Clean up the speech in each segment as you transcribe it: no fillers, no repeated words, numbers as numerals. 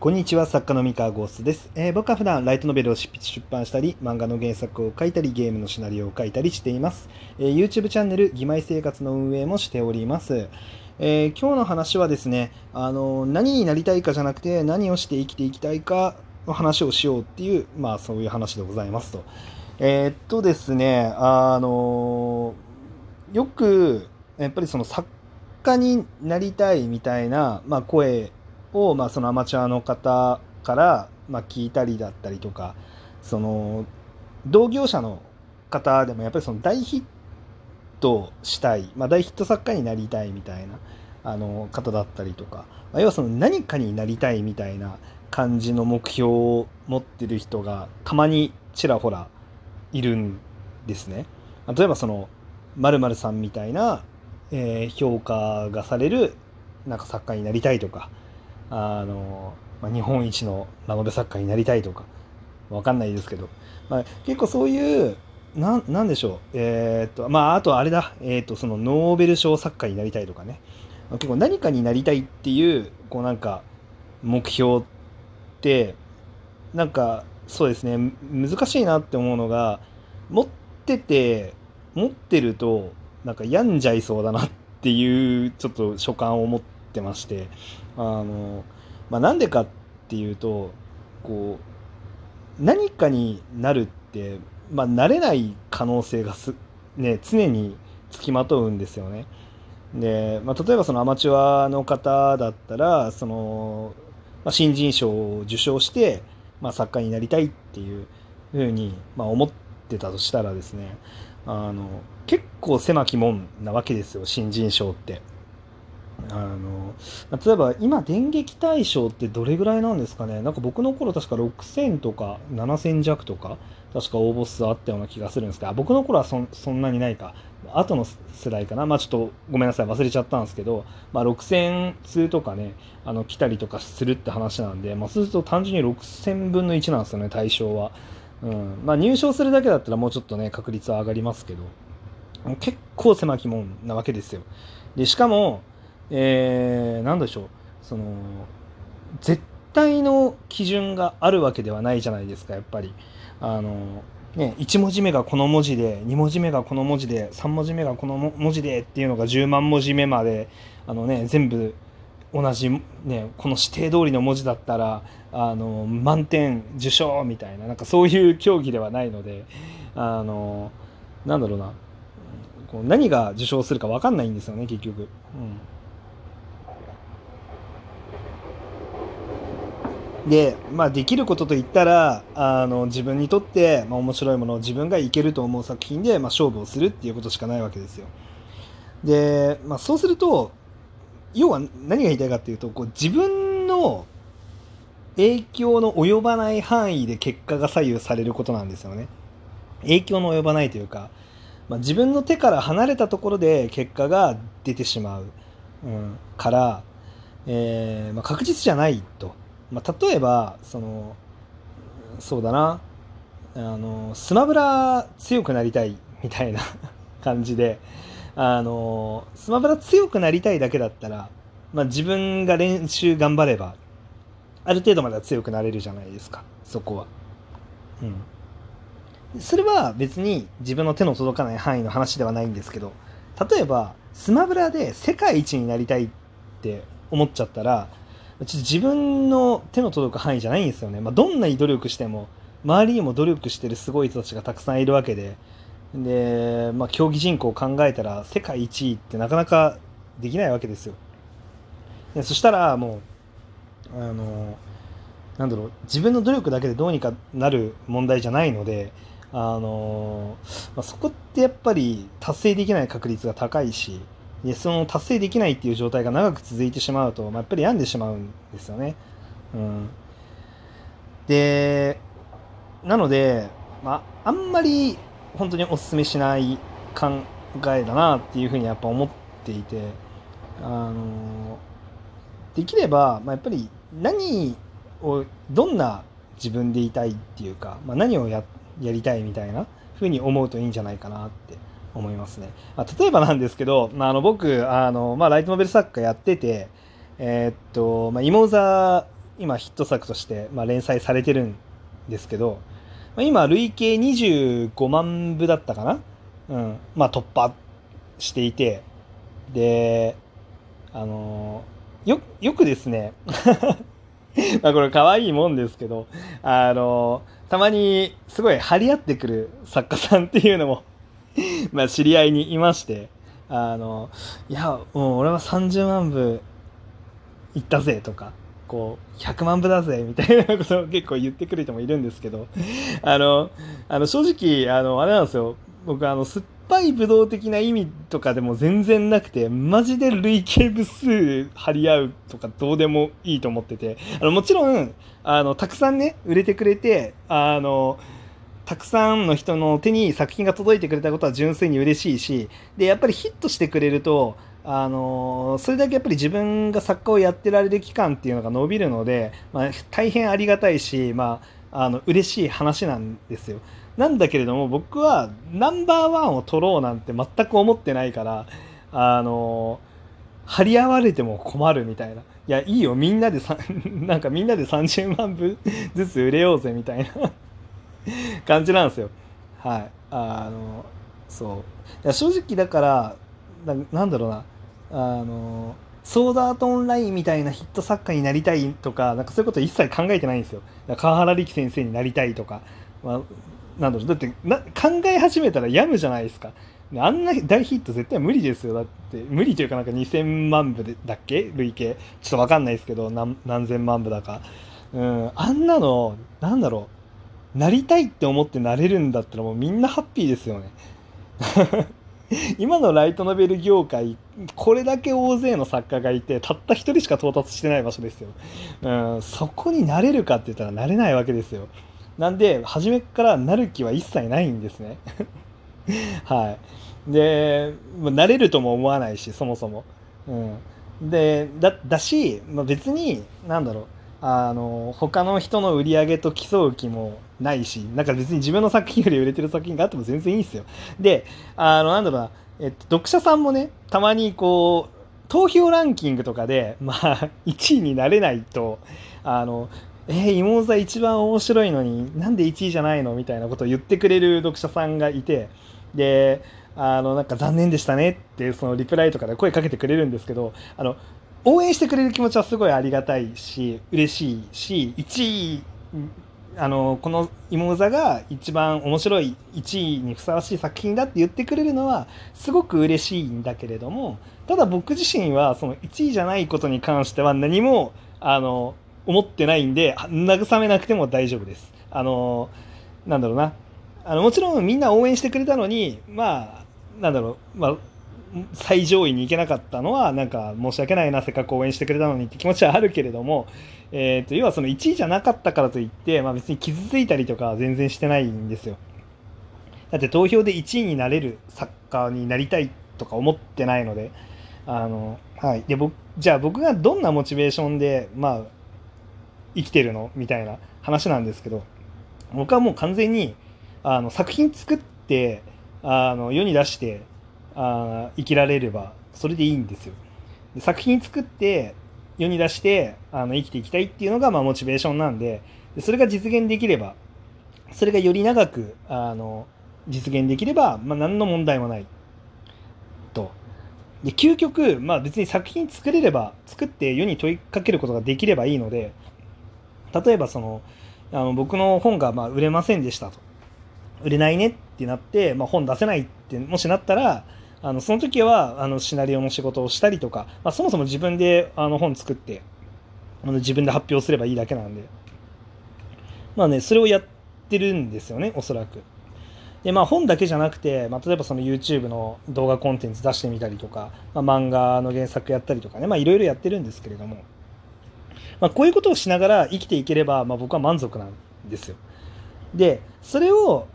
こんにちは、作家の三河ゴーストです。僕は普段ライトノベルを執筆出版したり、漫画の原作を書いたり、ゲームのシナリオを書いたりしています。YouTube チャンネル、義妹生活の運営もしております。今日の話はですね、何になりたいかじゃなくて、何をして生きていきたいかの話をしようっていう、そういう話でございますと。ですね、よく、やっぱりその作家になりたいみたいな、声を、そのアマチュアの方から、聞いたりだったりとか、その同業者の方でもやっぱりその大ヒットしたい、大ヒット作家になりたいみたいな方だったりとか、要はその何かになりたいみたいな感じの目標を持ってる人がたまにちらほらいるんですね。例えばその〇〇さんみたいな、評価がされるなんか作家になりたいとか、日本一のラノベ作家になりたいとかわかんないですけど、結構そういうなんでしょう、あとあれだ、そのノーベル賞作家になりたいとかね、結構何かになりたいっていうこうなんか目標ってなんかそうですね、難しいなって思うのが、持ってるとなんか病んじゃいそうだなっていうちょっと所感を持ってまして、あのなんでかっていうと、こう何かになるって、なれない可能性が常につきまとうんですよね。で、例えばそのアマチュアの方だったらその、新人賞を受賞して、作家になりたいっていうふうに、思ってたとしたらですね、結構狭き門なわけですよ、新人賞って。例えば今電撃大賞ってどれぐらいなんですかね。なんか僕の頃確か6000とか7000弱とか確か応募数あったような気がするんですけど、僕の頃はそんなにないか、後の世代かな、ちょっとごめんなさい忘れちゃったんですけど、6000通とかね来たりとかするって話なんで、そうすると単純に6000分の1なんですよね、対象は。入賞するだけだったらもうちょっとね確率は上がりますけど、結構狭き門なわけですよ。でしかも、なんでしょう、その絶対の基準があるわけではないじゃないですか、やっぱり。1文字目がこの文字で、2文字目がこの文字で、3文字目がこの文字でっていうのが10万文字目まで全部同じ、この指定通りの文字だったら満点受賞みたいな、なんかそういう競技ではないので、なんだろうな、こう何が受賞するか分かんないんですよね、結局。で、できることといったら自分にとって、面白いものを自分がいけると思う作品で、勝負をするっていうことしかないわけですよ。で、そうすると要は何が言いたいかっていうと、こう自分の影響の及ばない範囲で結果が左右されることなんですよね。影響の及ばないというか、自分の手から離れたところで結果が出てしまう、から、確実じゃないと。例えばそうだな、スマブラ強くなりたいみたいな感じで、スマブラ強くなりたいだけだったら、自分が練習頑張ればある程度までは強くなれるじゃないですか、そこは。それは別に自分の手の届かない範囲の話ではないんですけど、例えばスマブラで世界一になりたいって思っちゃったら、ちょっと自分の手の届く範囲じゃないんですよね。どんなに努力しても周りにも努力してるすごい人たちがたくさんいるわけで、競技人口を考えたら世界一位ってなかなかできないわけですよ。でそしたらもうなんだろう、自分の努力だけでどうにかなる問題じゃないので、そこってやっぱり達成できない確率が高いし、でその達成できないっていう状態が長く続いてしまうと、やっぱり病んでしまうんですよね。でなので、あんまり本当にお勧めしない考えだなっていうふうにやっぱ思っていて、あのできれば、やっぱりどんな自分でいたいっていうか、何をやりたいみたいなふうに思うといいんじゃないかなって思いますね。例えばなんですけど、僕ライトノベル作家やってて、芋座今ヒット作として、連載されてるんですけど、今累計25万部だったかな、突破していて、で、よくですねこれ可愛いもんですけど、たまにすごい張り合ってくる作家さんっていうのも知り合いにいまして、いや、もう俺は30万部いったぜとか、こう、100万部だぜみたいなことを結構言ってくる人もいるんですけど、あの、正直、あれなんですよ。僕、酸っぱいブドウ的な意味とかでも全然なくて、マジで累計部数張り合うとかどうでもいいと思ってて、もちろん、たくさんね、売れてくれて、たくさんの人の手に作品が届いてくれたことは純粋に嬉しいし、で、やっぱりヒットしてくれると、それだけやっぱり自分が作家をやってられる期間っていうのが伸びるので、大変ありがたいし、嬉しい話なんですよ。なんだけれども、僕はナンバーワンを取ろうなんて全く思ってないから、あの張り合われても困るみたいな。いや、いいよ、みんなでなんかみんなで30万部ずつ売れようぜみたいな感じなんですよ。はい。そう。いや正直だから、なんだろうな、ソードアートオンラインみたいなヒット作家になりたいとか、なんかそういうこと一切考えてないんですよ。川原力先生になりたいとか、なんだろう、だって考え始めたら病むじゃないですか。あんな大ヒット絶対無理ですよ。だって無理というかなんか2000万部だっけ累計ちょっとわかんないですけど何千万部だか、あんなのなんだろう、なりたいって思ってなれるんだったらもうみんなハッピーですよね。今のライトノベル業界、これだけ大勢の作家がいてたった一人しか到達してない場所ですよ。そこになれるかって言ったらなれないわけですよ。なんで初めからなる気は一切ないんですね。はい。で、なれるとも思わないし、そもそも。で、だし、別に、なんだろう、他の人の売り上げと競う気もないし、なんか別に自分の作品より売れてる作品があっても全然いいんですよ。で、なんだろうな、読者さんもね、たまにこう、投票ランキングとかで、1位になれないと、あの、妹座一番面白いのになんで1位じゃないのみたいなことを言ってくれる読者さんがいて、で、なんか残念でしたねってそのリプライとかで声かけてくれるんですけど、応援してくれる気持ちはすごいありがたいし嬉しいし、1位、この妹座が一番面白い1位にふさわしい作品だって言ってくれるのはすごく嬉しいんだけれども、ただ僕自身はその1位じゃないことに関しては何も思ってないんで、慰めなくても大丈夫です。なんだろうな、もちろんみんな応援してくれたのに、なんだろう、最上位に行けなかったのはなんか申し訳ないな、せっかく応援してくれたのにって気持ちはあるけれども、要はその1位じゃなかったからといって、別に傷ついたりとかは全然してないんですよ。だって投票で1位になれる作家になりたいとか思ってないので、はい。で、じゃあ僕がどんなモチベーションで、生きてるのみたいな話なんですけど、僕はもう完全に作品作って世に出して生きられればそれでいいんですよ。で作品作って世に出して生きていきたいっていうのがモチベーションなんで、それが実現できれば、それがより長く実現できれば、何の問題もないと。で究極、別に作品作れれば作って世に問いかけることができればいいので、例えば僕の本が売れませんでしたと、売れないねってなって、本出せないってもしなったら、その時はシナリオの仕事をしたりとか、そもそも自分で本作って自分で発表すればいいだけなんで、それをやってるんですよね、おそらく。で本だけじゃなくて、例えばその YouTube の動画コンテンツ出してみたりとか、漫画の原作やったりとかね、いろいろやってるんですけれども、こういうことをしながら生きていければ、僕は満足なんですよ。でそれを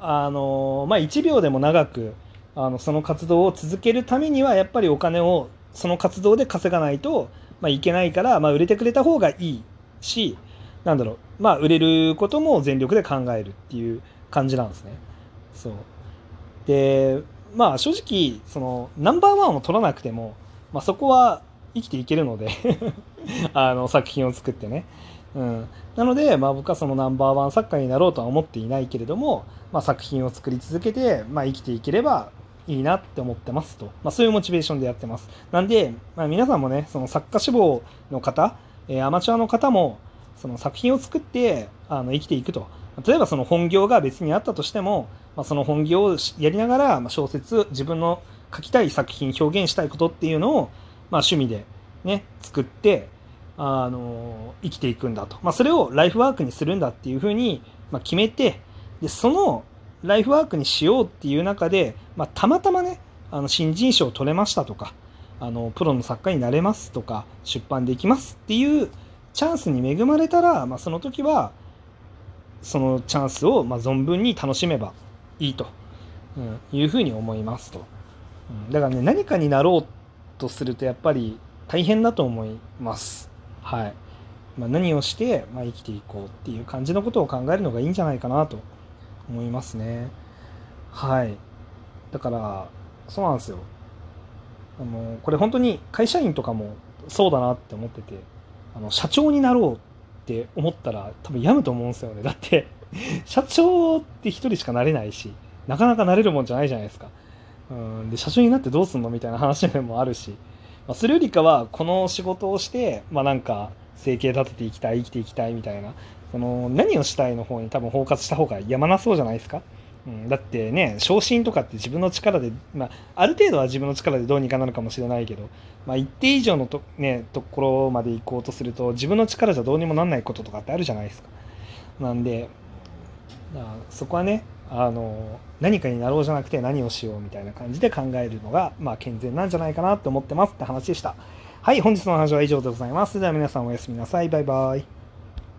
1秒でも長くその活動を続けるためにはやっぱりお金をその活動で稼がないと、いけないから、売れてくれた方がいいし、なんだろう、売れることも全力で考えるっていう感じなんですね。そうで、正直そのナンバーワンを取らなくても、そこは生きていけるので作品を作ってね、 うん、なので、僕はそのナンバーワン作家になろうとは思っていないけれども、作品を作り続けて、生きていければいいなって思ってますと、そういうモチベーションでやってます。なんで、皆さんもね、その作家志望の方、アマチュアの方もその作品を作って生きていくと。例えばその本業が別にあったとしても、その本業をやりながら、小説、自分の書きたい作品、表現したいことっていうのを、趣味でね作って生きていくんだと、それをライフワークにするんだっていうふうに、決めて、でそのライフワークにしようっていう中で、たまたまね新人賞を取れましたとかプロの作家になれますとか出版できますっていうチャンスに恵まれたら、その時はそのチャンスを存分に楽しめばいいと、いうふうに思いますと。だからね、何かになろうとするとやっぱり大変だと思います。はい。何をして、生きていこうっていう感じのことを考えるのがいいんじゃないかなと思いますね。はい。だからそうなんですよ。これ本当に会社員とかもそうだなって思ってて、社長になろうって思ったら多分病むと思うんですよね。だって社長って一人しかなれないし、なかなかなれるもんじゃないじゃないですか。で社長になってどうすんのみたいな話もあるし、それよりかはこの仕事をして、なんか生計立てていきたい、生きていきたいみたいな、その何をしたいの方に多分フォーカスした方がやまなそうじゃないですか。だってね、昇進とかって自分の力で、ある程度は自分の力でどうにかなるかもしれないけど、一定以上のところまで行こうとすると自分の力じゃどうにもなんないこととかってあるじゃないですか。なんで、そこはね、何かになろうじゃなくて何をしようみたいな感じで考えるのが、健全なんじゃないかなと思ってますって話でした。はい、本日の話は以上でございます。それでは皆さんおやすみなさい。バイバイ。